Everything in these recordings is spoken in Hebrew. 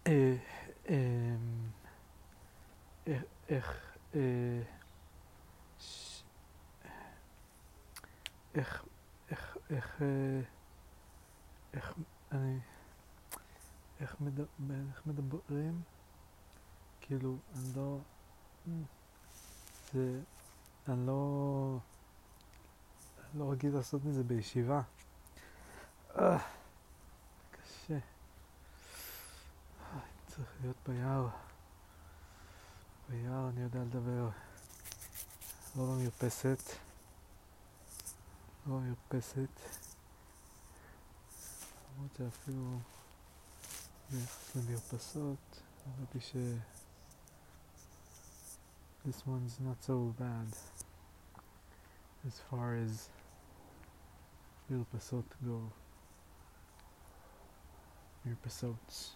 אה, אמ, איך, ש- איך, איך, אני, איך מדברים? כאילו, אני לא, זה, אני לא רגיל לעשות את זה בישיבה. קשה. צריך להיות ביער. ביער אני יודע לדבר. לא במרפסת. לא במרפסת. למרות שאפילו ביחס למרפסות, אמרתי ש... This one's not so bad as far as מרפסות go. מרפסות.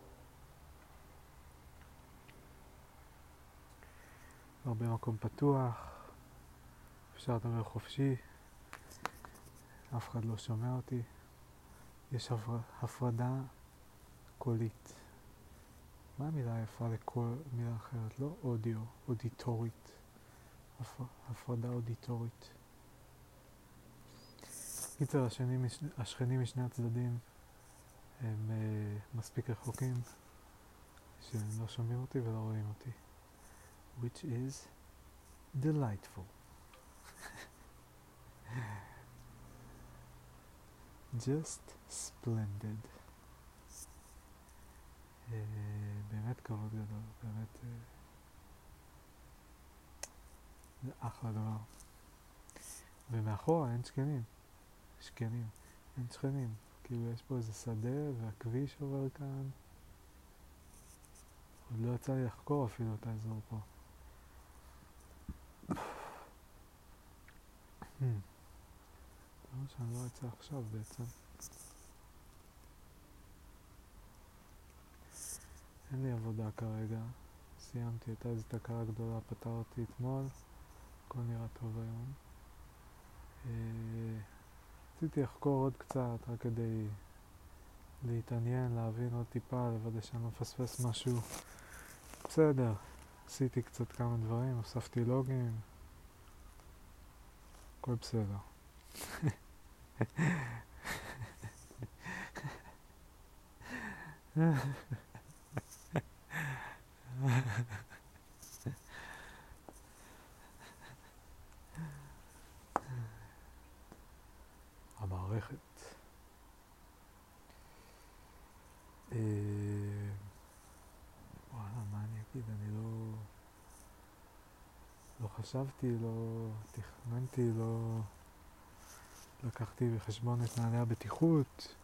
הרבה מקום פתוח, אפשר לדבר חופשי, אף אחד לא שומע אותי. יש הפרדה קולית. מה המילה היפה לכל מילה אחרת? לא אודיו, אודיטורית. הפרדה אודיטורית. קיצר, השכנים משני הצדדים הם מספיק רחוקים שהם לא שומעים אותי ולא רואים אותי. Which is delightful. Just splendid. באמת כבוד גדול, באמת זה אחלה דבר. ומאחורה אין שכנים, אין שכנים. כאילו יש פה איזה שדה והכביש עובר כאן. עוד לא יצא לי לחקור אפילו את האזור פה. לא שאני לא אצא עכשיו בעצם. אין לי עבודה כרגע. סיימתי, הייתה איזו תקלה גדולה, פתרתי אתמול. הכל נראה טוב היום. רציתי לחקור עוד קצת, רק כדי להתעניין, להבין עוד טיפה, לוודא שאני לא מפספס משהו. בסדר, עשיתי קצת כמה דברים, הוספתי לוגים. הכל בסדר. המערכת. וואלה, מה אני אגיד? אני לא חשבתי, לא תכננתי, לא לקחתי בחשבון את נעלי הבטיחות.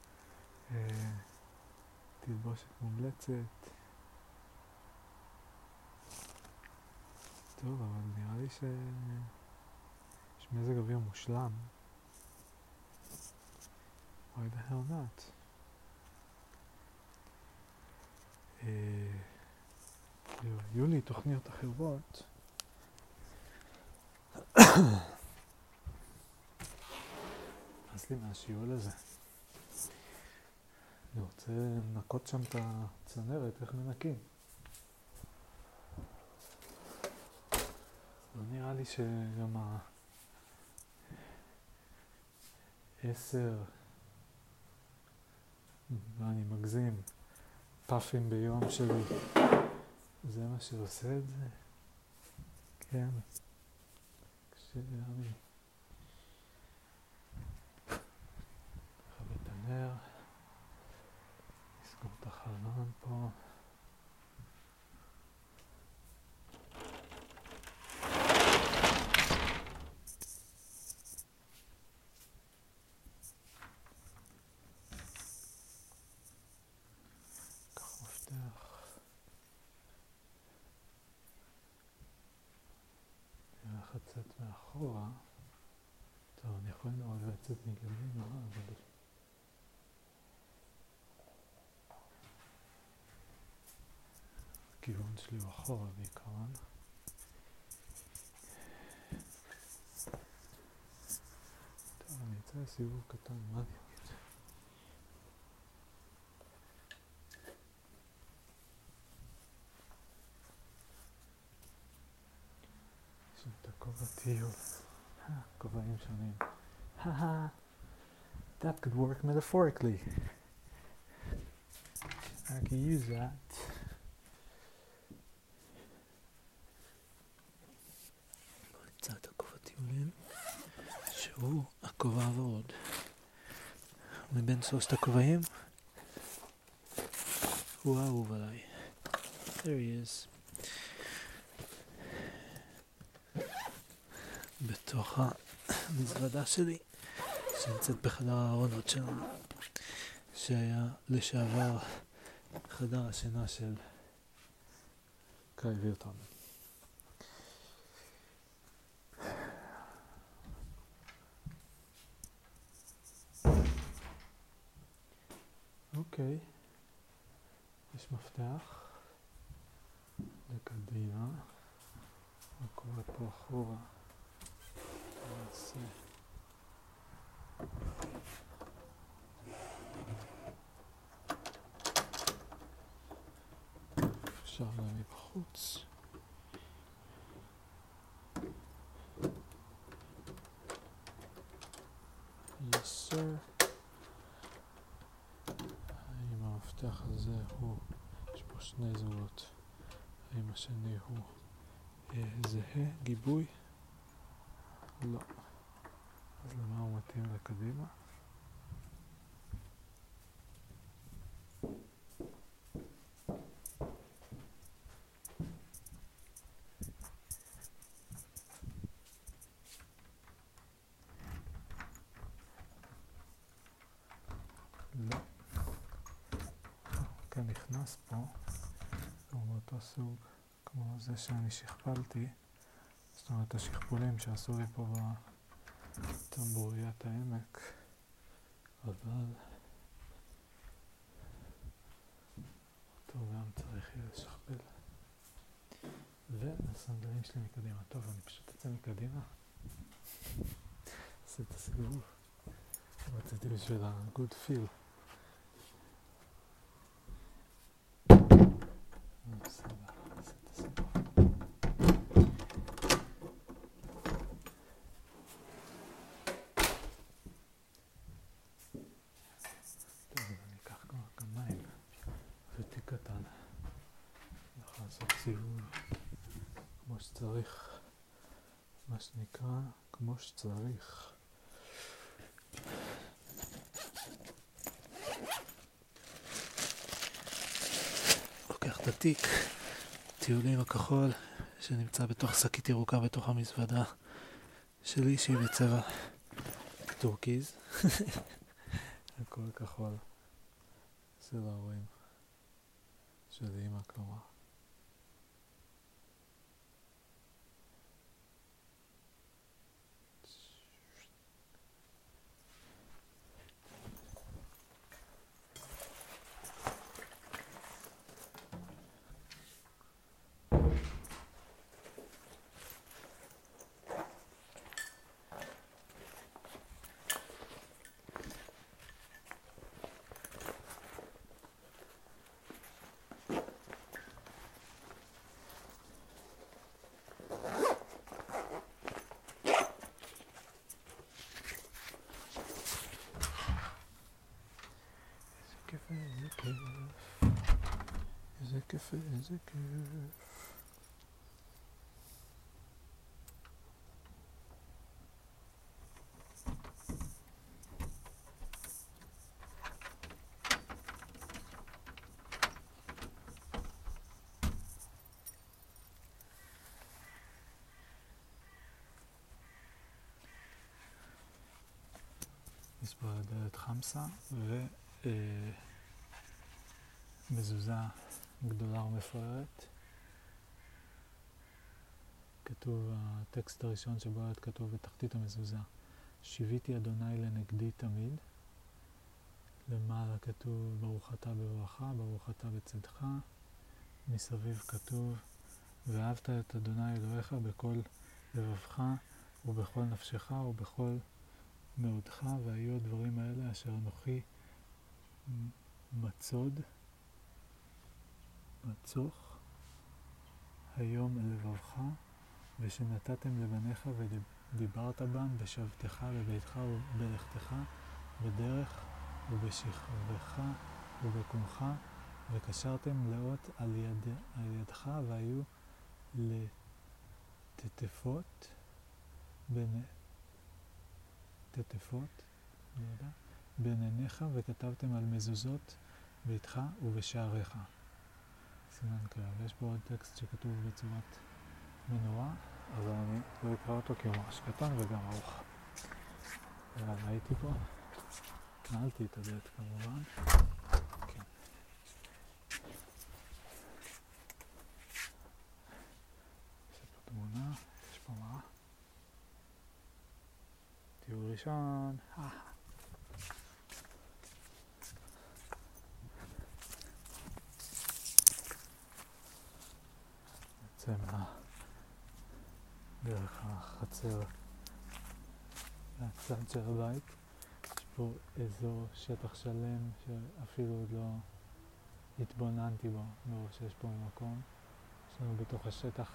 תלבושת מומלצת. טוב, אבל נראה לי שיש מזג אוויר מושלם. Why the hell not? היו לי תוכניות אחרות. אז לי מהשיעול הזה. אני רוצה לנקות שם את הצנרת, איך מנקים? לא נראה לי שגם 10, ואני מגזים, פאפים ביום שלי. זה מה שעושה את זה? כן. כשאני נכבה את הנר, נסגור את החלון פה. קח מפתח. נלך לצאת מאחורה. טוב, אני יכול מאוד לצאת מגלימה, אבל... הכיוון שלי הוא אחורה בעיקרון. טוב, אני אצא לסיבוב קטן, מה אני אגיד? כובע טיול. כובעים שונים. That could work metaphorically. I can use that. בוא נמצא את הכובע טיולים, שהוא הכובע הוורוד. מבין שלושת הכובעים, הוא האהוב עליי. There he is. בתוך המזוודה שלי, שנמצאת בחדר הארונות שלנו, שהיה לשעבר חדר השינה של קאי וירטון. אוקיי, יש מפתח לקדימה, מה קורה פה אחורה? נעשה אפשר גם מבחוץ. Yes sir. האם המפתח הזה הוא, יש פה שני זוגות, האם השני הוא זהה, גיבוי? לא. אז למה הוא מתאים לקדימה? לא. כן נכנס פה, הוא באותו סוג כמו זה שאני שכפלתי, זאת אומרת השכפולים שעשו לי פה בטמבוריית העמק, אבל אותו גם צריך יהיה לשכפל. והסנדלים שלי מקדימה. טוב, אני פשוט אצא מקדימה. עושה את הסיבוב. רציתי בשביל ה-good feel. בסדר, נעשה את הסיבוב. טוב, אני אקח גם מים ותיק קטן. נוכל לעשות סיבוב כמו שצריך, מה שנקרא כמו שצריך. לוקח את התיק טיולים הכחול שנמצא בתוך שקית ירוקה בתוך המזוודה שלי שהיא בצבע טורקיז. הכל כחול של ההורים של אמא כלומר. איזה כיף, איזה כיף. יש פה דלת חמסה מזוזה גדולה ומפוארת. כתוב, הטקסט הראשון שבו היה כתוב בתחתית המזוזה, שיוויתי אדוני לנגדי תמיד. למעלה כתוב ברוך אתה בברכה, ברוך אתה בצדך. מסביב כתוב ואהבת את אדוני אלוהיך בכל לבבך ובכל נפשך ובכל מאודך, והיו הדברים האלה אשר אנוכי מצוך היום אל לבבך ושנתתם לבניך ודיברת בם בשבתך בביתך ובלכתך בדרך ובשכבך ובקומך, וקשרתם לאות על ידך, והיו לתטפות בין עיניך, וכתבתם על מזוזות ביתך ובשעריך. סימן קריאה. ויש פה עוד טקסט שכתוב בצורת מנורה, אבל אני לא אקרא אותו כי הוא ממש קטן וגם ארוך. הייתי פה, נעלתי את הדלת כמובן. כן. יש פה תמונה, יש פה מה? טיול ראשון. נצא דרך החצר מהצד של הבית. יש פה אזור שטח שלם שאפילו עוד לא התבוננתי בו, מרוב שיש פה מקום. יש לנו בתוך השטח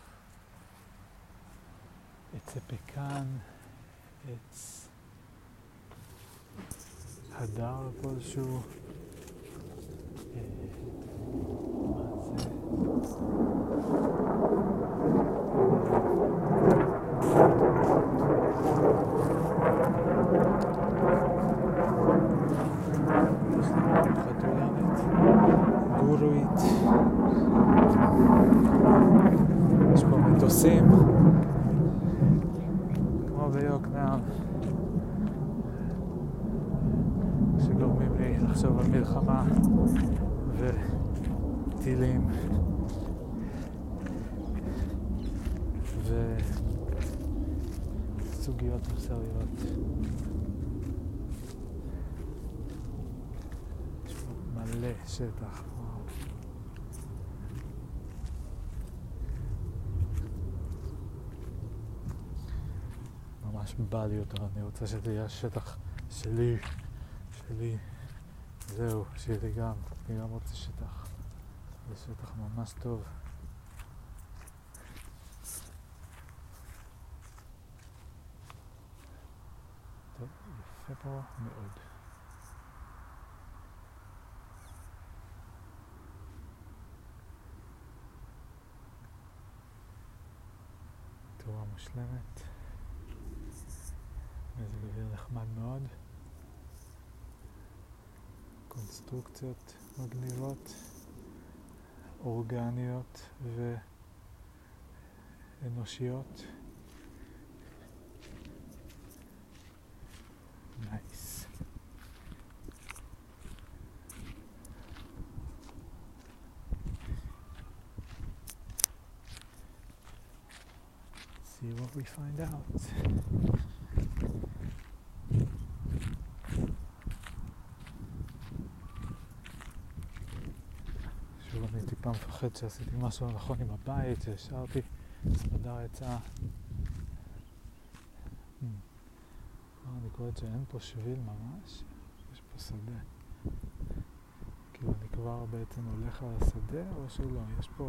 עצי פקן, עץ הדר כלשהו. מה זה? חתולמת גורואית. יש פה מטוסים כמו ביוקנעם שגורמים לי לחשוב על מלחמה וטילים וסוגיות מוסריות. יש פה מלא שטח. ממש בא לי אותו, אני רוצה שזה יהיה שטח שלי. זהו, שלי גם, אני גם רוצה שטח. זה שטח ממש טוב. טוב, יפה פה מאוד. תאורה מושלמת. מזג אוויר נחמד מאוד. קונסטרוקציות מגניבות, אורגניות ואנושיות. נייס. See what we find out. שוב, אני טיפה מפחד שעשיתי משהו נכון עם הבית, שהשארתי, ספדר יצאה. אני קוראת שאין פה שביל ממש, יש פה שדה. כאילו אני כבר בעצם הולך על השדה או שלא, יש פה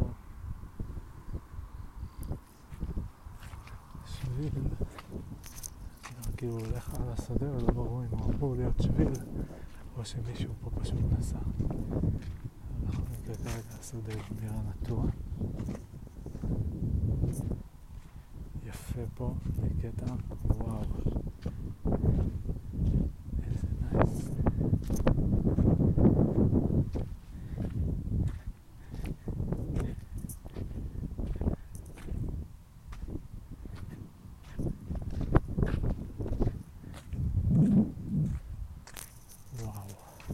שביל. כאילו הולך על השדה ולא ברור אם הוא אמור להיות שביל או שמישהו פה פשוט נסע. אנחנו נקרא כרגע השדה נראה נטוע. יפה פה, בקטע, וואו. איזה נייס. וואו.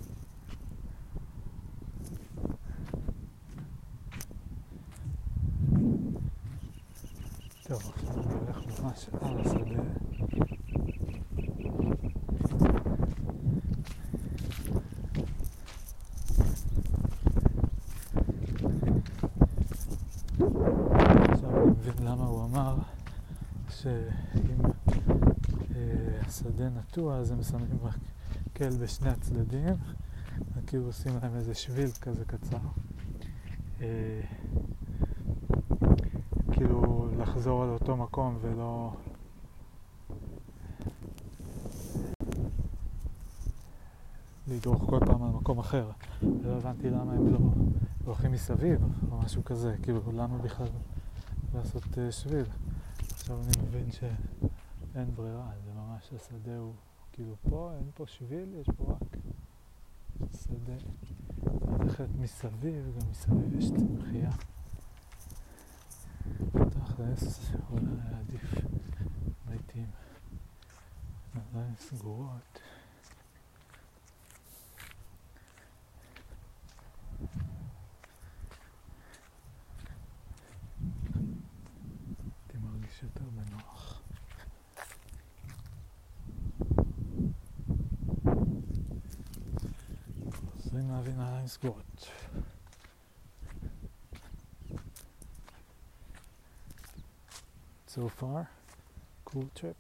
טוב, עכשיו אני הולך ממש על השדה. למה הוא אמר שאם השדה נטוע אז הם שמים מקל בשני הצדדים, כאילו עושים להם איזה שביל כזה קצר, כי כאילו לחזור על אותו מקום ולא לדרוך כל פעם על מקום אחר. ולא הבנתי למה הם לא הולכים מסביב או משהו כזה, כאילו למה בכלל לעשות שביל. עכשיו אני מבין שאין ברירה, זה ממש השדה הוא כאילו פה, אין פה שביל, יש פה רק שדה. ללכת מסביב, גם מסביב יש צמחייה. תכלס, אולי עדיף לעיתים נעליים סגורות. הייתי מרגיש יותר בנוח. חוזרים להביא נעליים סגורות. So far, cool trip.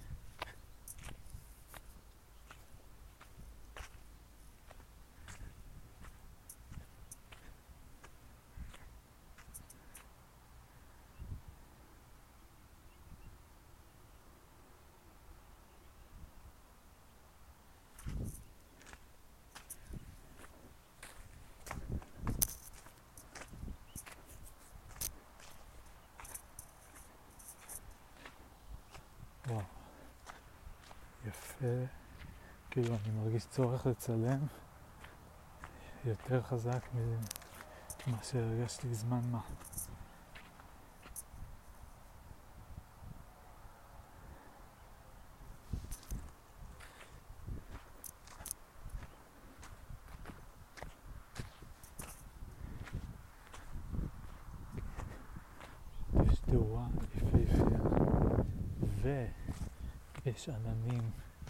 וואו, יפה, כאילו אני מרגיש צורך לצלם יותר חזק ממה שהרגשתי זמן מה. יש תאורה יפהפייה ויש עננים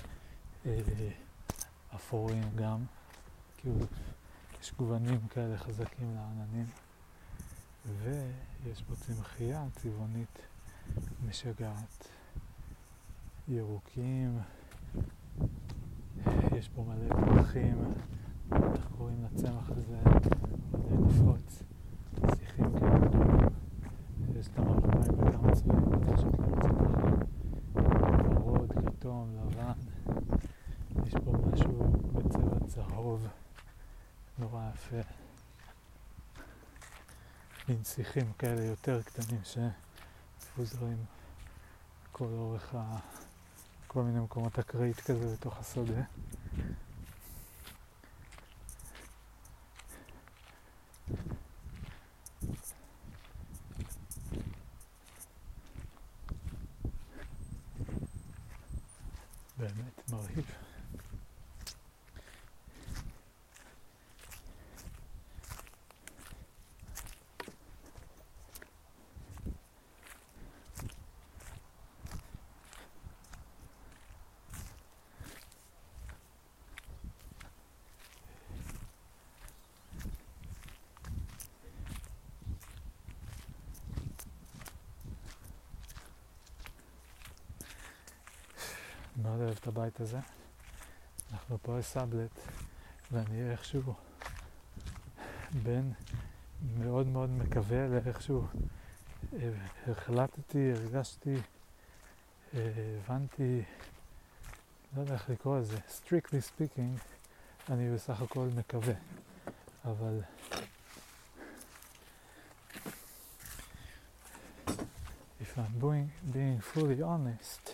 אפורים גם, כאילו יש גוונים כאלה חזקים לעננים, ויש פה צמחייה צבעונית משגעת, ירוקים, יש פה מלא פרחים, איך קוראים לצמח הזה, מלא נפוץ, שיחים כאלה גדולים, יש את המרחבים בכמה צבעים, פשוט להם צבעים, ורוד, כתום, לבן, יש פה משהו בצבע צהוב, נורא יפה, מין שיחים כאלה יותר קטנים שמפוזרים כל אורך כל מיני מקומות אקראית כזה בתוך השדה. באמת מרהיב. מאוד אוהב את הבית הזה. אנחנו פה בסבלט, ואני איכשהו בין מאוד מאוד מקווה לאיכשהו החלטתי, הרגשתי, הבנתי, לא יודע איך לקרוא לזה, strictly speaking, אני בסך הכל מקווה, אבל if I'm being fully honest,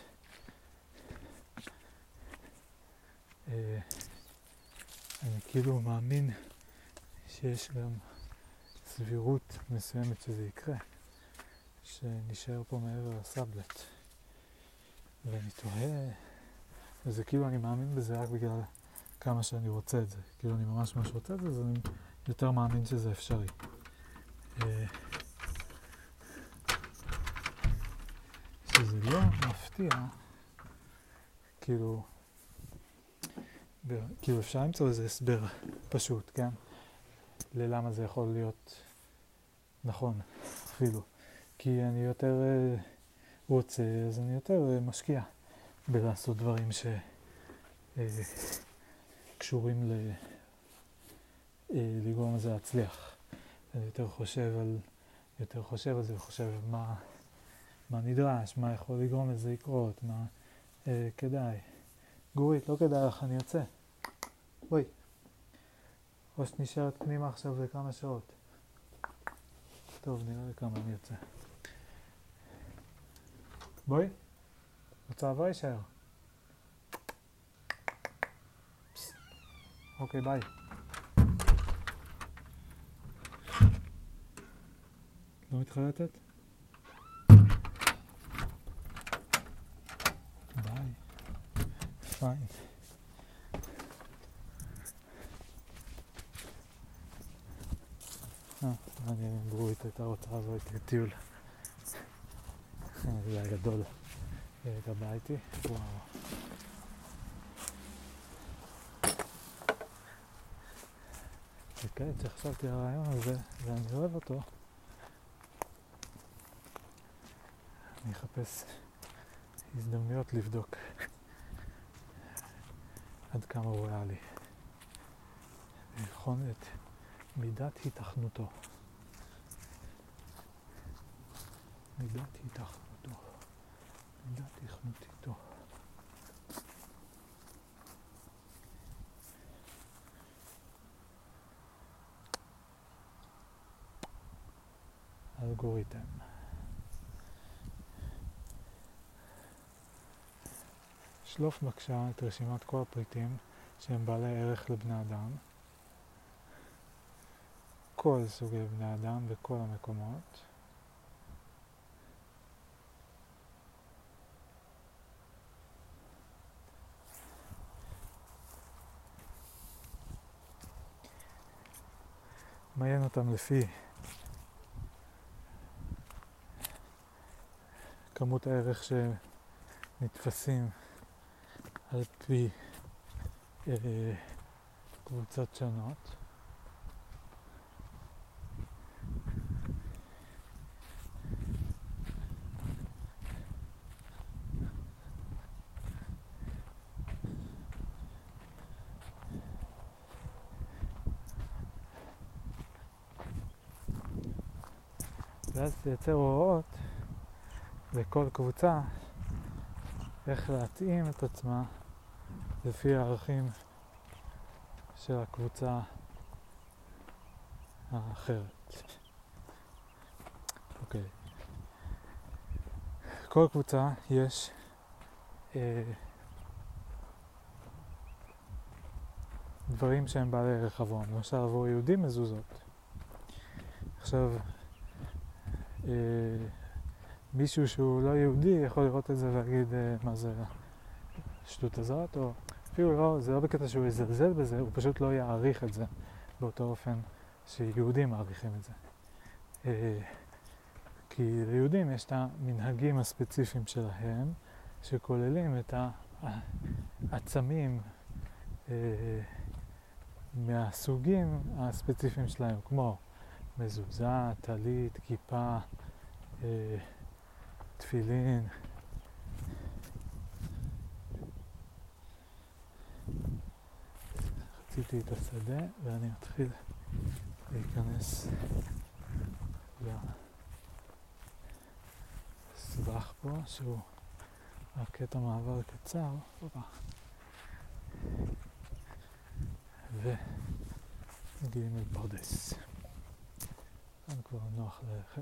אני כאילו מאמין שיש גם סבירות מסוימת שזה יקרה, שנשאר פה מעבר לסבלט, ואני תוהה, וזה כאילו אני מאמין בזה רק בגלל כמה שאני רוצה את זה, כאילו אני ממש רוצה את זה, אז אני יותר מאמין שזה אפשרי. שזה לא מפתיע, כאילו אפשר למצוא איזה הסבר פשוט, כן? ללמה זה יכול להיות נכון, אפילו. כי אני יותר רוצה, אז אני יותר משקיע בלעשות דברים שקשורים לגרום לזה להצליח. אני יותר חושב על יותר חושב על זה וחושב מה נדרש, מה יכול לגרום לזה לקרות, מה כדאי. גורית, לא כדאי לך, אני יוצא. בואי. או שנשארת פנימה עכשיו לכמה שעות. טוב, נראה לי כמה אני יוצא. בואי. רוצה לבוא יישאר. אוקיי, ביי. לא מתחרטת? ביי. פיין. אני גרועית הייתה רוצה לבוא איתי לטיול. זה היה גדול. היא הייתה באה איתי. וואו. וכעת שחשבתי על הרעיון הזה, ואני אוהב אותו, אני אחפש הזדמנויות לבדוק עד כמה הוא ריאלי. לבחון את מידת היתכנותו. מידת היתכנותו. מידת היתכנותו. אלגוריתם. שלוף בבקשה את רשימת כל הפריטים שהם בעלי ערך לבני אדם. כל סוגי בני אדם בכל המקומות. מעיין אותם לפי כמות הערך שנתפסים על פי קבוצות שונות. ואז תייצר הוראות לכל קבוצה איך להתאים את עצמה לפי הערכים של הקבוצה האחרת. אוקיי. כל קבוצה יש דברים שהם בעלי ערך עבור. למשל עבור יהודים מזוזות. עכשיו מישהו שהוא לא יהודי יכול לראות את זה ולהגיד מה זה השטות הזאת, או אפילו לא, זה לא בקטע שהוא יזלזל בזה, הוא פשוט לא יעריך את זה באותו אופן שיהודים מעריכים את זה. כי ליהודים יש את המנהגים הספציפיים שלהם שכוללים את העצמים מהסוגים הספציפיים שלהם, כמו מזוזה, טלית, כיפה, תפילין. חציתי את השדה ואני מתחיל להיכנס לסבך פה שהוא רק קטע מעבר קצר. ומגיעים אל פרדס. כאן כבר נוח ללכת.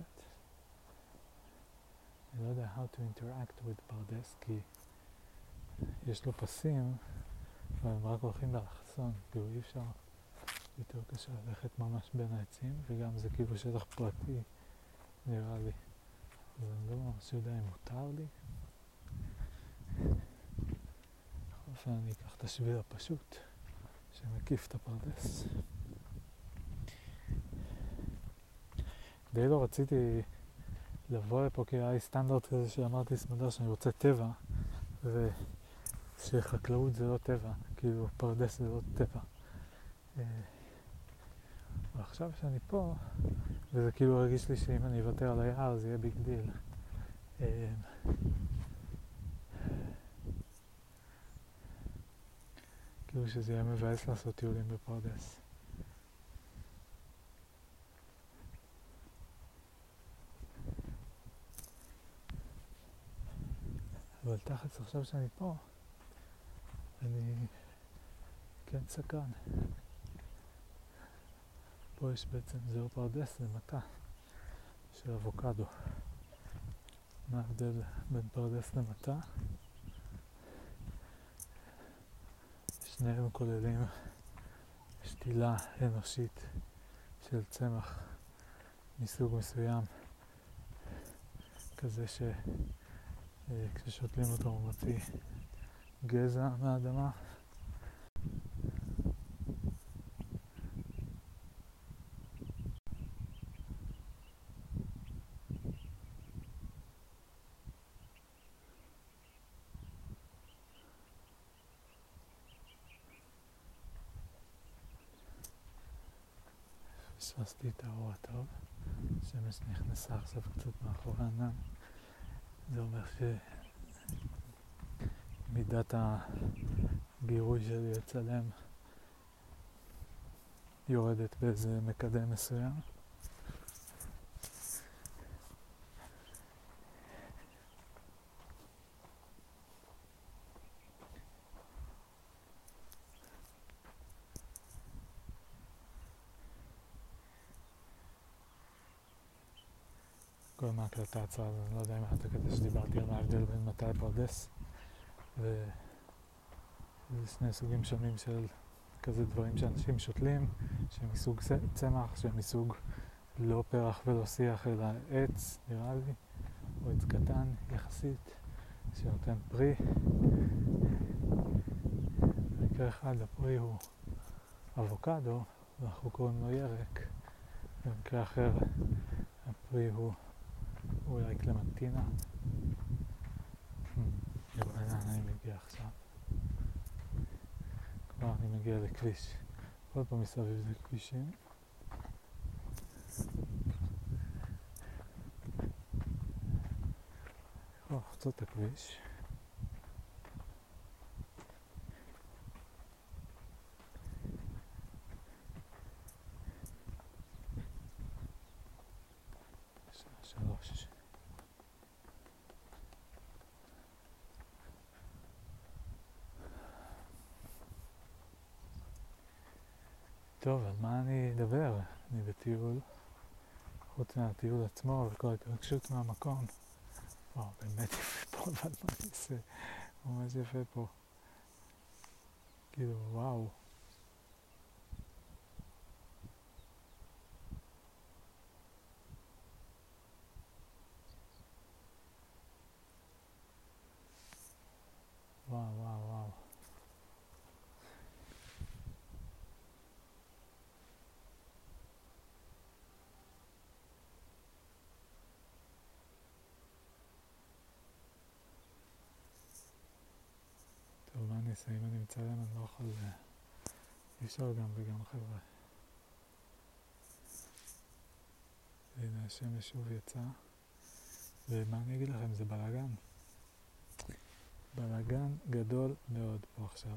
אני לא יודע how to interact with פרדס כי יש לו פסים והם רק הולכים באלכסון, כאילו אי אפשר, יותר קשה ללכת ממש בין העצים, וגם זה כאילו שטח פרטי נראה לי, אז אני לא ממש יודע אם מותר לי. בכל אופן אני אקח את השביל הפשוט שמקיף את הפרדס. די לא רציתי לבוא לפה כי היה לי סטנדרט כזה שאמרתי סמדר שאני רוצה טבע, ושחקלאות זה לא טבע, כאילו פרדס זה לא טבע. ועכשיו שאני פה, וזה כאילו הרגיש לי שאם אני אוותר על היער זה יהיה ביג דיל. כאילו שזה יהיה מבאס לעשות טיולים בפרדס. אבל תכלס עכשיו שאני פה, אני כן סקרן. פה יש בעצם זר פרדס למטה של אבוקדו. מה ההבדל בין פרדס למטה? שניהם כוללים שתילה אנושית של צמח מסוג מסוים, כזה שכששותלים אותו הוא מוציא גזע מהאדמה. פספסתי את האור הטוב, השמש נכנסה עכשיו קצת מאחורי הענן. זה אומר שמידת הגירוי שלי לצלם יורדת באיזה מקדם מסוים. כל מהקלטה עצרה, אז אני לא יודע אם היה את הקטע שדיברתי על מה ההבדל בין מטע לפרדס, וזה שני סוגים שונים של כזה דברים שאנשים שותלים, שהם מסוג צמח, שהם מסוג לא פרח ולא שיח אלא עץ, נראה לי, או עץ קטן יחסית, שנותן פרי. במקרה אחד הפרי הוא אבוקדו, ואנחנו קוראים לו ירק. במקרה אחר הפרי הוא אולי קלמנטינה. נראה לאן אני מגיע עכשיו. כבר אני מגיע לכביש. כל פעם מסביב זה כבישים. יכול לחצות את הכביש. שעה 3. טוב, על מה אני אדבר? אני בטיול, חוץ מהטיול עצמו וכל ההתרגשות מהמקום. וואו, באמת יפה פה, אבל מה אני אעשה? ממש יפה פה. כאילו, וואו. וואו, וואו, וואו. טוב, מה אני אעשה? אם אני מצלם אני לא יכול... אי אפשר גם וגם חבר'ה. והנה השמש שוב יצא. ומה אני אגיד לכם? זה בלגן. בלגן גדול מאוד פה עכשיו.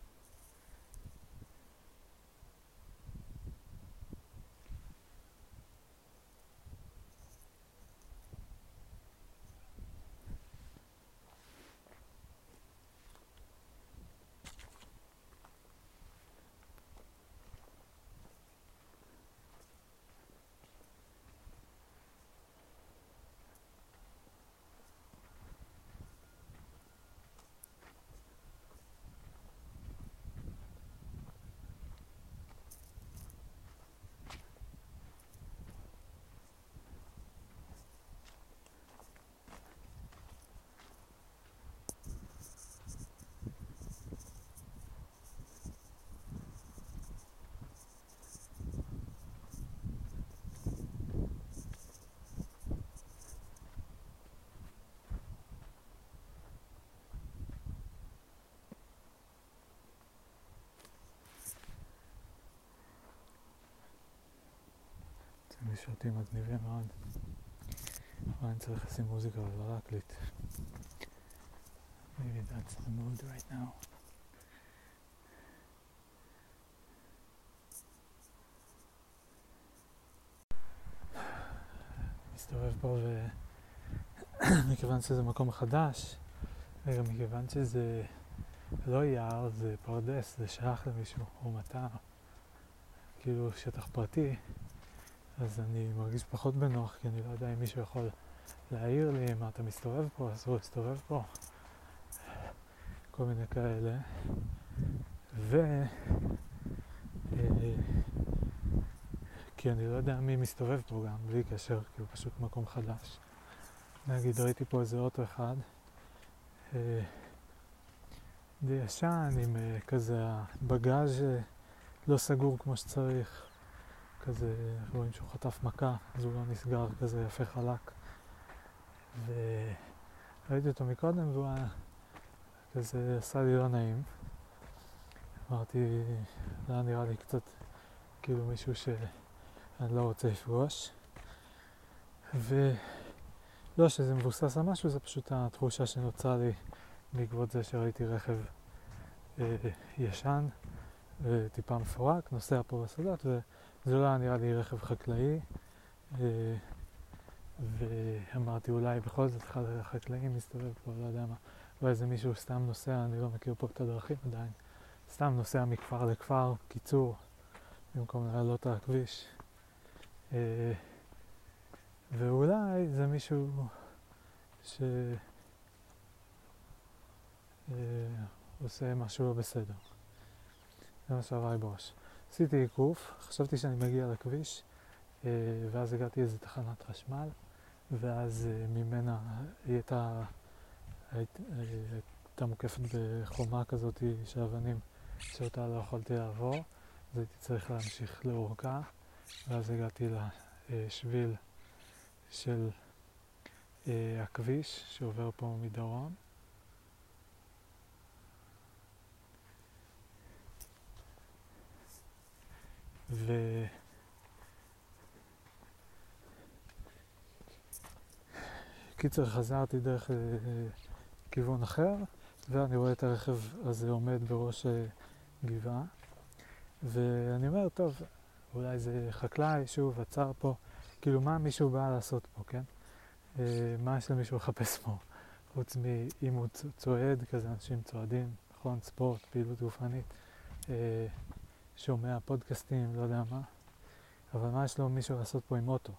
אתם שותים מגניבים מאוד. אבל אני צריך לשים מוזיקה ולא להקליט. Maybe that's the mood right now. מסתובב פה מכיוון שזה מקום חדש רגע, מכיוון שזה לא יער, זה פרדס, זה שייך למישהו, או מטע, כאילו שטח פרטי, אז אני מרגיש פחות בנוח, כי אני לא יודע אם מישהו יכול להעיר לי, מה אתה מסתובב פה, אסור להסתובב פה, כל מיני כאלה. כי אני לא יודע מי מסתובב פה גם, בלי קשר, כאילו פשוט מקום חדש. נגיד, ראיתי פה איזה אוטו אחד, די ישן, עם כזה הבגאז' לא סגור כמו שצריך, כזה, רואים שהוא חטף מכה, אז הוא לא נסגר, כזה יפה חלק. וראיתי אותו מקודם, והוא היה כזה, עשה לי לא נעים. אמרתי, זה היה נראה לי קצת כאילו מישהו שאני לא רוצה לפגוש. ולא שזה מבוסס על משהו, זה פשוט התחושה שנוצרה לי בעקבות זה שראיתי רכב ישן וטיפה מפורק, נוסע פה בשדות, וזה לא היה נראה לי רכב חקלאי. ואמרתי, אולי בכל זאת אחד החקלאים מסתובב פה, לא יודע מה. אולי זה מישהו סתם נוסע, אני לא מכיר פה את הדרכים עדיין. סתם נוסע מכפר לכפר, קיצור, במקום לעלות על הכביש. ואולי זה מישהו שעושה משהו לא בסדר. זה מה שעבר לי בראש. עשיתי עיקוף, חשבתי שאני מגיע לכביש, ואז הגעתי איזו תחנת חשמל, ואז ממנה היא הייתה מוקפת בחומה כזאת של אבנים שאותה לא יכולתי לעבור, אז הייתי צריך להמשיך לאורכה, ואז הגעתי לשביל של הכביש שעובר פה מדרום. קיצר, חזרתי דרך כיוון אחר, ואני רואה את הרכב הזה עומד בראש גבעה, ואני אומר, טוב, אולי זה חקלאי, שוב, עצר פה, כאילו מה מישהו בא לעשות פה, כן? מה יש למישהו לחפש פה? חוץ מאם הוא צועד, כזה אנשים צועדים, נכון, ספורט, פעילות גופנית, שומע פודקאסטים, לא יודע מה, אבל מה יש לו מישהו לעשות פה עם אוטו?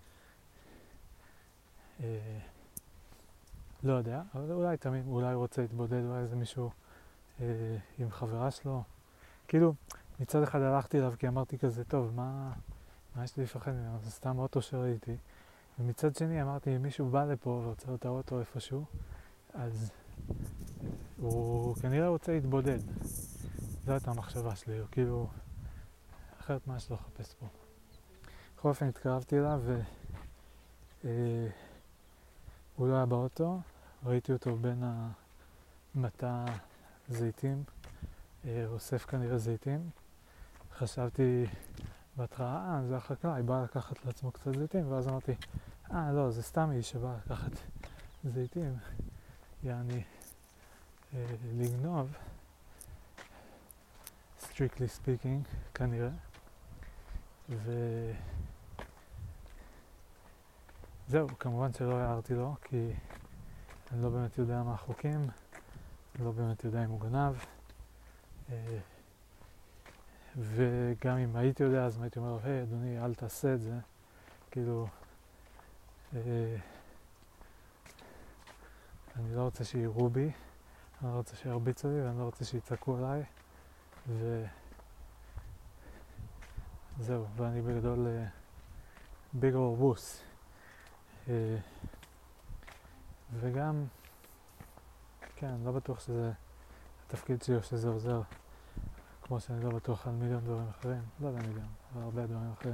לא יודע, אבל אולי תמיד, אולי רוצה להתבודד, אולי איזה מישהו עם חברה שלו. כאילו, מצד אחד הלכתי אליו כי אמרתי כזה, טוב, מה יש לי לפחד ממנו? זה סתם אוטו שראיתי. ומצד שני אמרתי, אם מישהו בא לפה ורוצה לו את האוטו איפשהו, אז הוא כנראה רוצה להתבודד. זו הייתה המחשבה שלי, או כאילו, אחרת מה יש לו לחפש פה. בכל אופן התקרבתי אליו הוא לא היה באוטו, ראיתי אותו בין המטע זיתים, אוסף כנראה זיתים. חשבתי בהתחלה, זה החקלאי, בא לקחת לעצמו קצת זיתים, ואז אמרתי, לא, זה סתם איש שבא לקחת זיתים, יעני לגנוב, strictly speaking, כנראה. זהו, כמובן שלא הערתי לו, כי אני לא באמת יודע מה החוקים, אני לא באמת יודע אם הוא גנב, וגם אם הייתי יודע, אז הייתי אומר, היי אדוני, אל תעשה את זה, כאילו, אני לא רוצה שיראו בי, אני לא רוצה שירביצו לי, ואני לא רוצה שיצעקו עליי, וזהו, ואני בגדול ביג אורבוס. וגם, כן, לא בטוח שזה התפקיד שלי או שזה עוזר, כמו שאני לא בטוח על מיליון דברים אחרים, לא יודע מיליון, אבל הרבה דברים אחרים.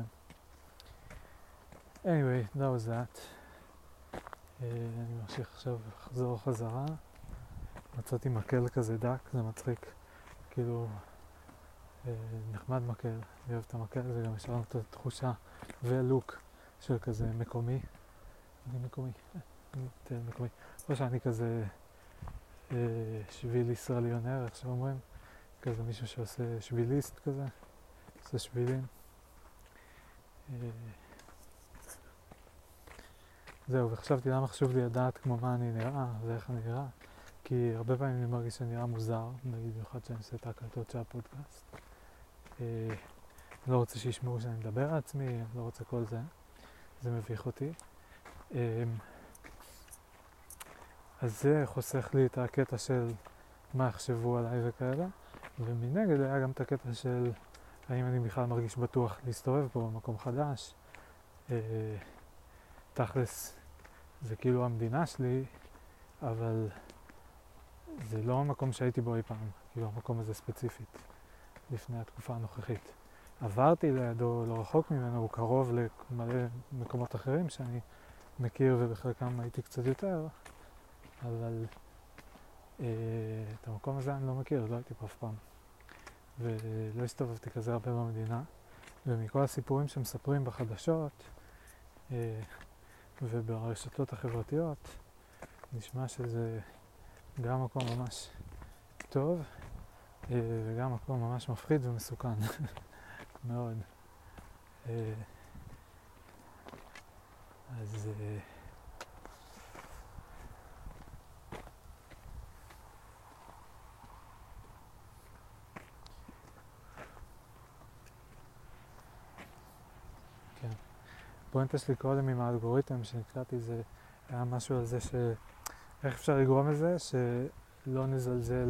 anyway, that was that. אני ממשיך עכשיו לחזור חזרה. מצאתי מקל כזה דק, זה מצחיק, כאילו נחמד מקל, אני אוהב את המקל, זה גם יש לנו את התחושה ולוק של כזה מקומי. אני מקומי, מקומי. או שאני כזה שביל ישראליונר, איך שאומרים, כזה מישהו שעושה שביליסט כזה, עושה שבילים. זהו, וחשבתי למה חשוב לי לדעת כמו מה אני נראה ואיך אני נראה, כי הרבה פעמים אני מרגיש שאני נראה מוזר, נגיד במיוחד שאני עושה את ההקלטות של הפודקאסט. לא רוצה שישמעו שאני מדבר על עצמי, לא רוצה כל זה, זה מביך אותי. אז זה חוסך לי את הקטע של מה יחשבו עליי וכאלה, ומנגד היה גם את הקטע של האם אני בכלל מרגיש בטוח להסתובב פה במקום חדש. תכלס זה כאילו המדינה שלי, אבל זה לא המקום שהייתי בו אי פעם, כאילו המקום הזה ספציפית, לפני התקופה הנוכחית. עברתי לידו, לא רחוק ממנו, הוא קרוב למלא מקומות אחרים שאני מכיר ובחלקם הייתי קצת יותר, אבל את המקום הזה אני לא מכיר, לא הייתי פה אף פעם. ולא הסתובבתי כזה הרבה במדינה, ומכל הסיפורים שמספרים בחדשות וברשתות החברתיות, נשמע שזה גם מקום ממש טוב וגם מקום ממש מפחיד ומסוכן מאוד. אז כן. הפואנטה שלי קודם עם האלגוריתם שנקראתי זה היה משהו על זה איך אפשר לגרום לזה שלא נזלזל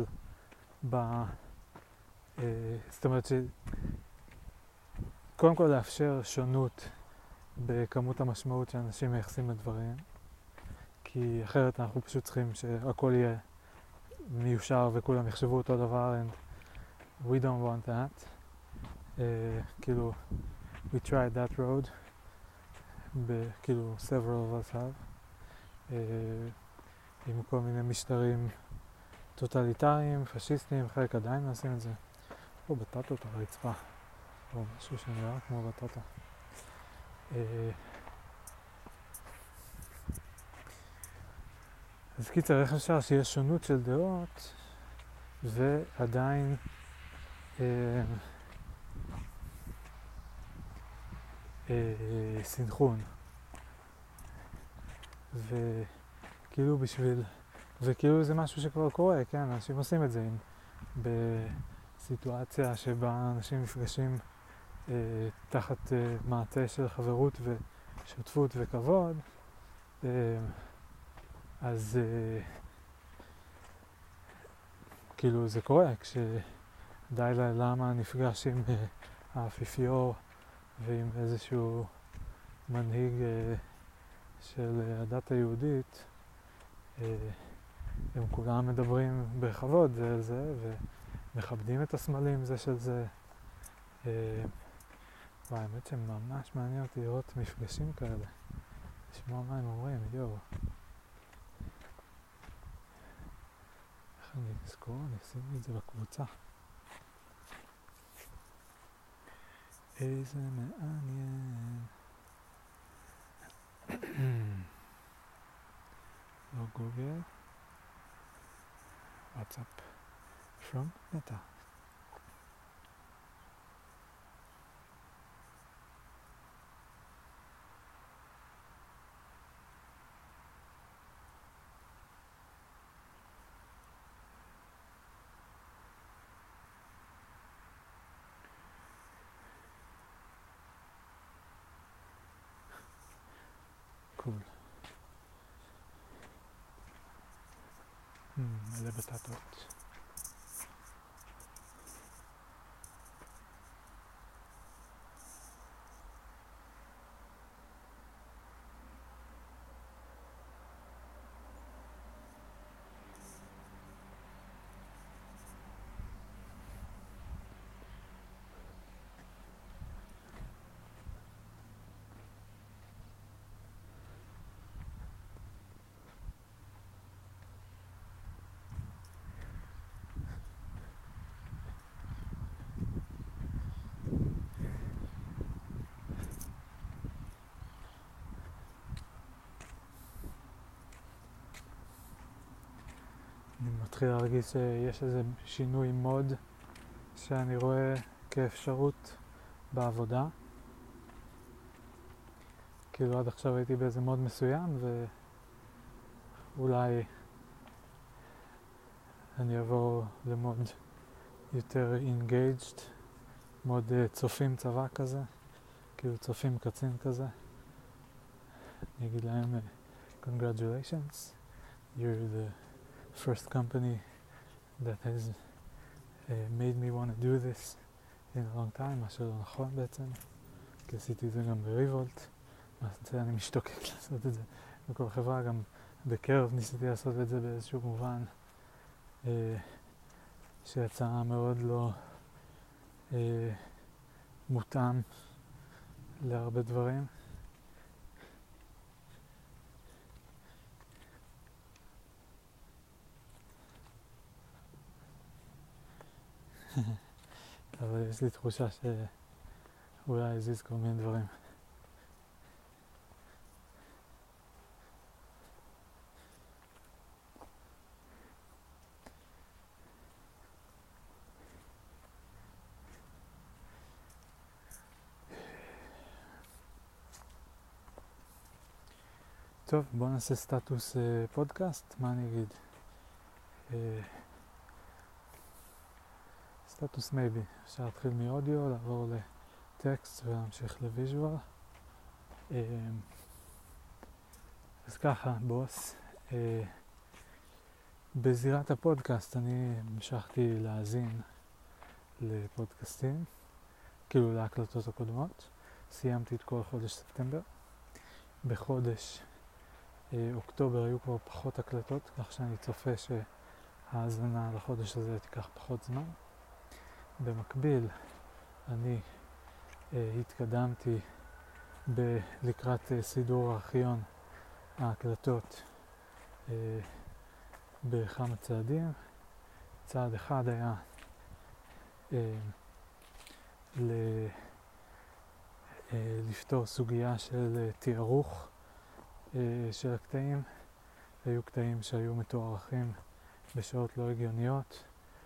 זאת אומרת קודם כל לאפשר שונות בכמות המשמעות שאנשים מייחסים לדברים, כי אחרת אנחנו פשוט צריכים שהכל יהיה מיושר וכולם יחשבו אותו דבר, and we don't want that. כאילו, we tried that road, כאילו several of us have, עם כל מיני משטרים טוטליטריים, פשיסטיים, חלק עדיין מנסים את זה. או בטטות על הרצפה, או משהו שנראה כמו בטטה. אז קיצר, איך אפשר שיש שונות של דעות ועדיין סינכרון, וכאילו וכאילו זה משהו שכבר קורה, כן, אנשים עושים את זה בסיטואציה שבה אנשים נפגשים תחת מעטה של חברות ושותפות וכבוד, אז כאילו זה קורה כשדי למה נפגש עם האפיפיור ועם איזשהו מנהיג של הדת היהודית, הם כולם מדברים בכבוד זה על זה ומכבדים את הסמלים זה של זה. האמת שממש מעניין אותי לראות מפגשים כאלה, לשמוע מה הם אומרים, יואו. איך אני אזכור? אני אשים את זה בקבוצה. איזה מעניין. לא גוגל, וואטסאפ, from Meta. קול. מלא בטטות. אני מתחיל להרגיש שיש איזה שינוי מוד שאני רואה כאפשרות בעבודה. כאילו עד עכשיו הייתי באיזה מוד מסוים ואולי אני אעבור למוד יותר engaged, מוד צופים צבא כזה, כאילו צופים קצין כזה. אני אגיד להם congratulations, you're the first company that has made me want to do this in a long time, מה שלא נכון בעצם, כי עשיתי את זה גם בריבולט, מה זה אני משתוקק לעשות את זה בכל חברה, גם בקרב ניסיתי לעשות את זה באיזשהו מובן שיצא מאוד לא מותאם להרבה דברים. אבל יש לי תחושה שאולי הזיז כל מיני דברים. טוב, בואו נעשה סטטוס פודקאסט, מה אני אגיד? סטטוס מייבי, אפשר להתחיל מאודיו, לעבור לטקסט ולהמשיך לוויז'ואל. אז ככה, בוס, בזירת הפודקאסט אני המשכתי להאזין לפודקאסטים, כאילו להקלטות הקודמות. סיימתי את כל חודש ספטמבר. בחודש אוקטובר היו כבר פחות הקלטות, כך שאני צופה שההאזנה לחודש הזה תיקח פחות זמן. במקביל אני התקדמתי לקראת סידור הארכיון ההקלטות בכמה צעדים. צעד אחד היה לפתור סוגיה של תיארוך של הקטעים. היו קטעים שהיו מתוארכים בשעות לא הגיוניות,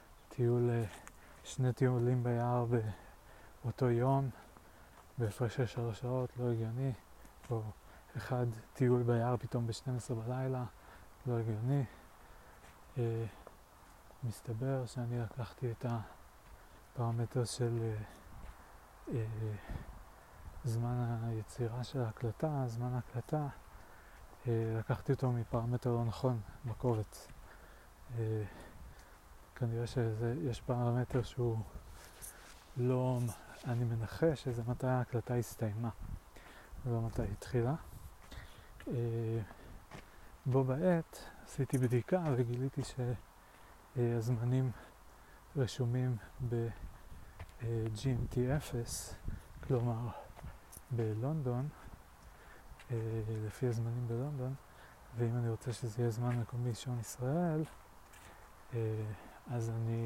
שני טיולים ביער באותו יום בהפרש של 3 שעות, לא הגיוני, או אחד טיול ביער פתאום ב-12 בלילה, לא הגיוני. מסתבר שאני לקחתי את הפרמטר של זמן היצירה של ההקלטה, זמן ההקלטה, לקחתי אותו מפרמטר לא נכון בקובץ. כנראה שיש פרמטר שהוא לא, אני מנחש שזה מתי ההקלטה הסתיימה ולא מתי התחילה. בו בעת עשיתי בדיקה וגיליתי שהזמנים רשומים ב-GMT 0, כלומר בלונדון, לפי הזמנים בלונדון, ואם אני רוצה שזה יהיה זמן מקומי שעון ישראל, אז אני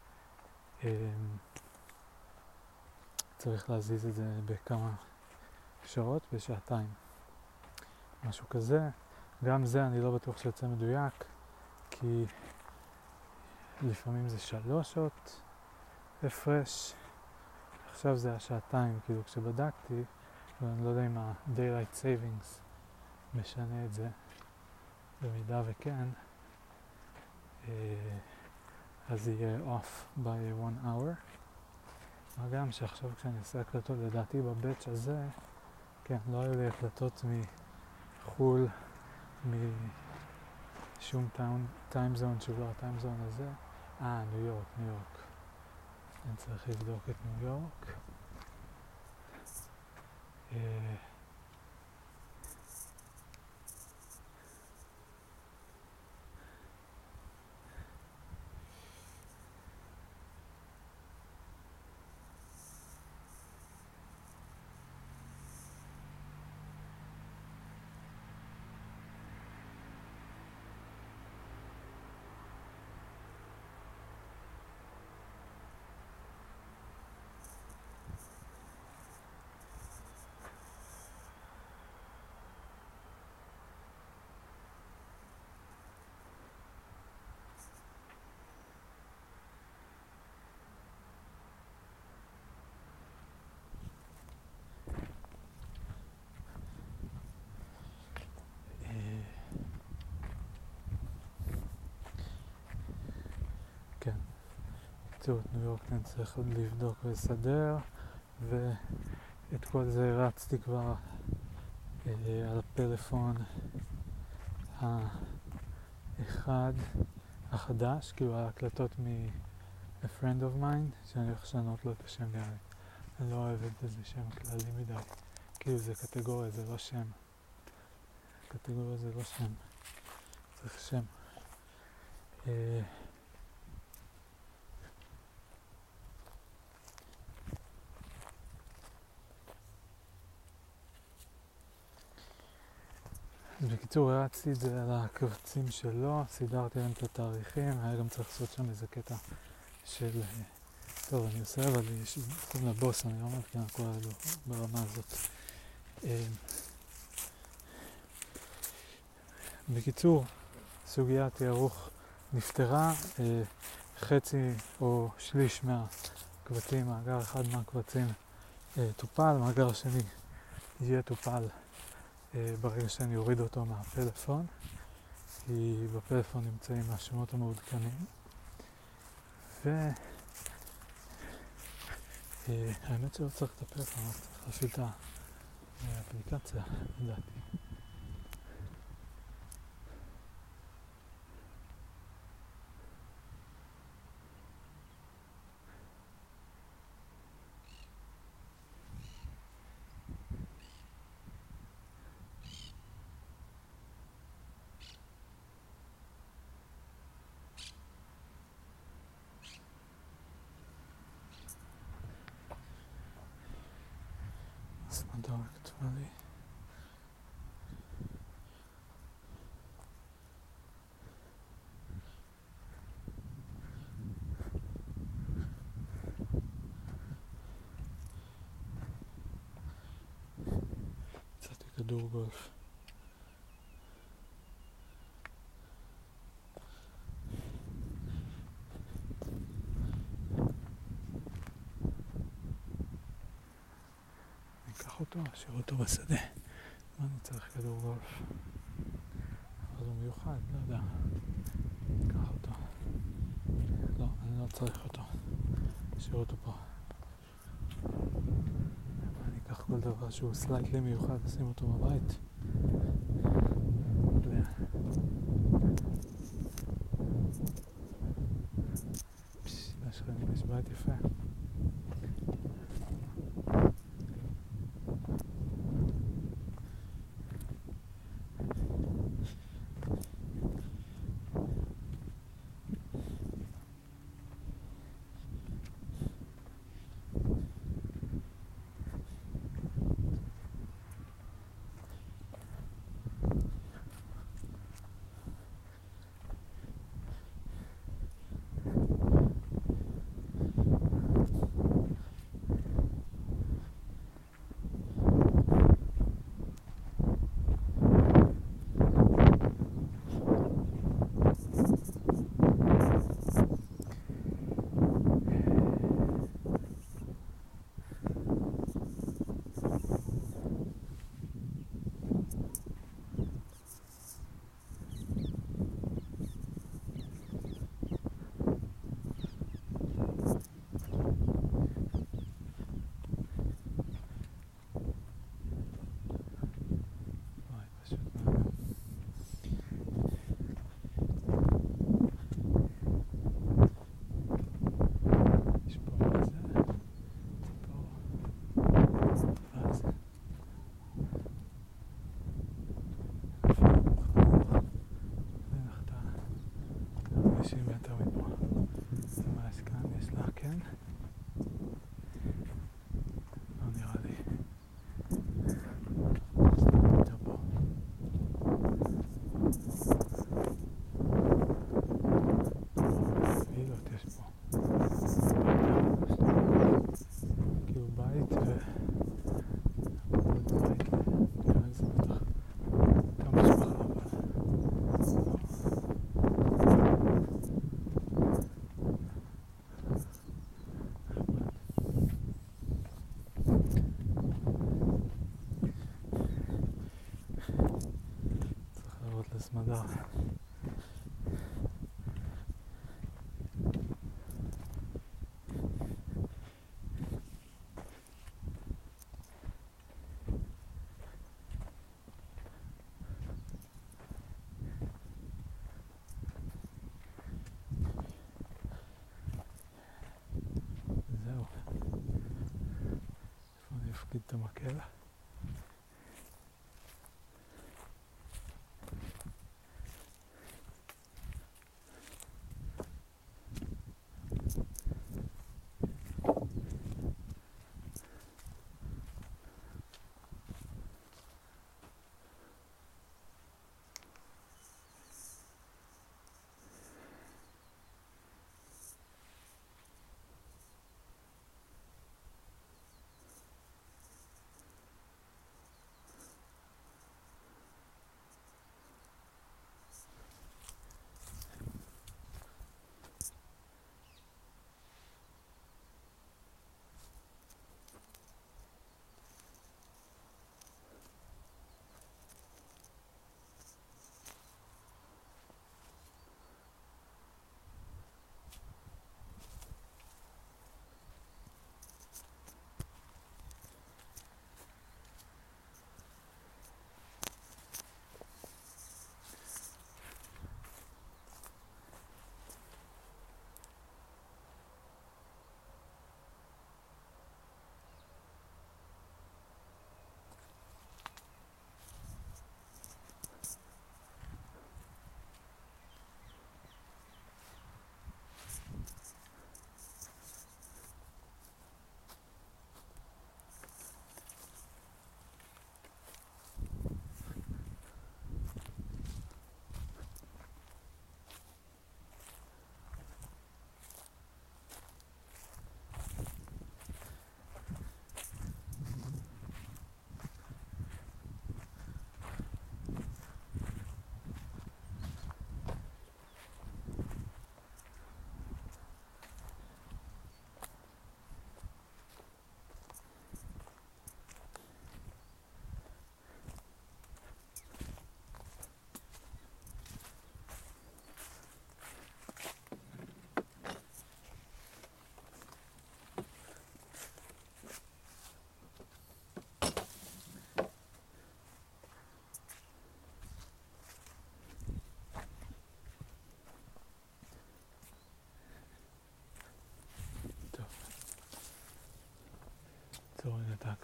צריך להזיז את זה בכמה שעות, בשעתיים, משהו כזה. גם זה אני לא בטוח שיוצא מדויק, כי לפעמים זה 3 שעות הפרש. עכשיו זה השעתיים, כאילו כשבדקתי, ואני לא יודע אם ה-Daylight Savings משנה את זה, במידה וכן, אז יהיה off by 1 hour. מה גם שעכשיו כשאני עושה הקלטות, לדעתי בבאץ' הזה, כן, לא היו לי הקלטות מחול, משום טיים זון שהוא לא הטיים זון הזה. ניו יורק. אני צריך לבדוק את ניו יורק. בקיצור, את ניו יורק אני צריך עוד לבדוק ולסדר, ואת כל זה רצתי כבר על הפלאפון האחד החדש, כאילו ההקלטות מ-a friend of mine, שאני הולך לשנות לו את השם נראה לי. אני לא אוהב את זה שם כללי מדי, כאילו זה קטגוריה, זה לא שם. קטגוריה זה לא שם, צריך שם. בקיצור, הרצתי את זה על הקבצים שלו, סידרתי להם את התאריכים, היה גם צריך לעשות שם איזה קטע של... טוב, אני עושה, אבל יש גם לבוס, אני לא מעדכן על כל האלו ברמה הזאת. בקיצור, סוגיית תיארוך נפתרה, חצי או שליש מהקבצים, מאגר אחד מהקבצים טופל, מאגר השני יהיה טופל ברגע שאני אוריד אותו מהפלאפון, כי בפלאפון נמצאים השמות המעודכנים. האמת שלא צריך את הפלאפון, צריך להפעיל את האפליקציה, לדעתי. הסמדר אקטואלי. יצאתי כדור גולף. אותו, אשאיר אותו בשדה. מה אני צריך כדור גולף? אבל הוא מיוחד, לא יודע. אקח אותו. לא, אני לא צריך אותו. אשאיר אותו פה. אני אקח כל דבר שהוא סלייטלי מיוחד, אשים אותו בבית. לשכנים יש בית יפה.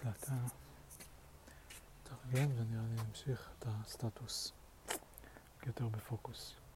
לאט תארגן ונראה לי נמשיך את הסטטוס יותר בפוקוס.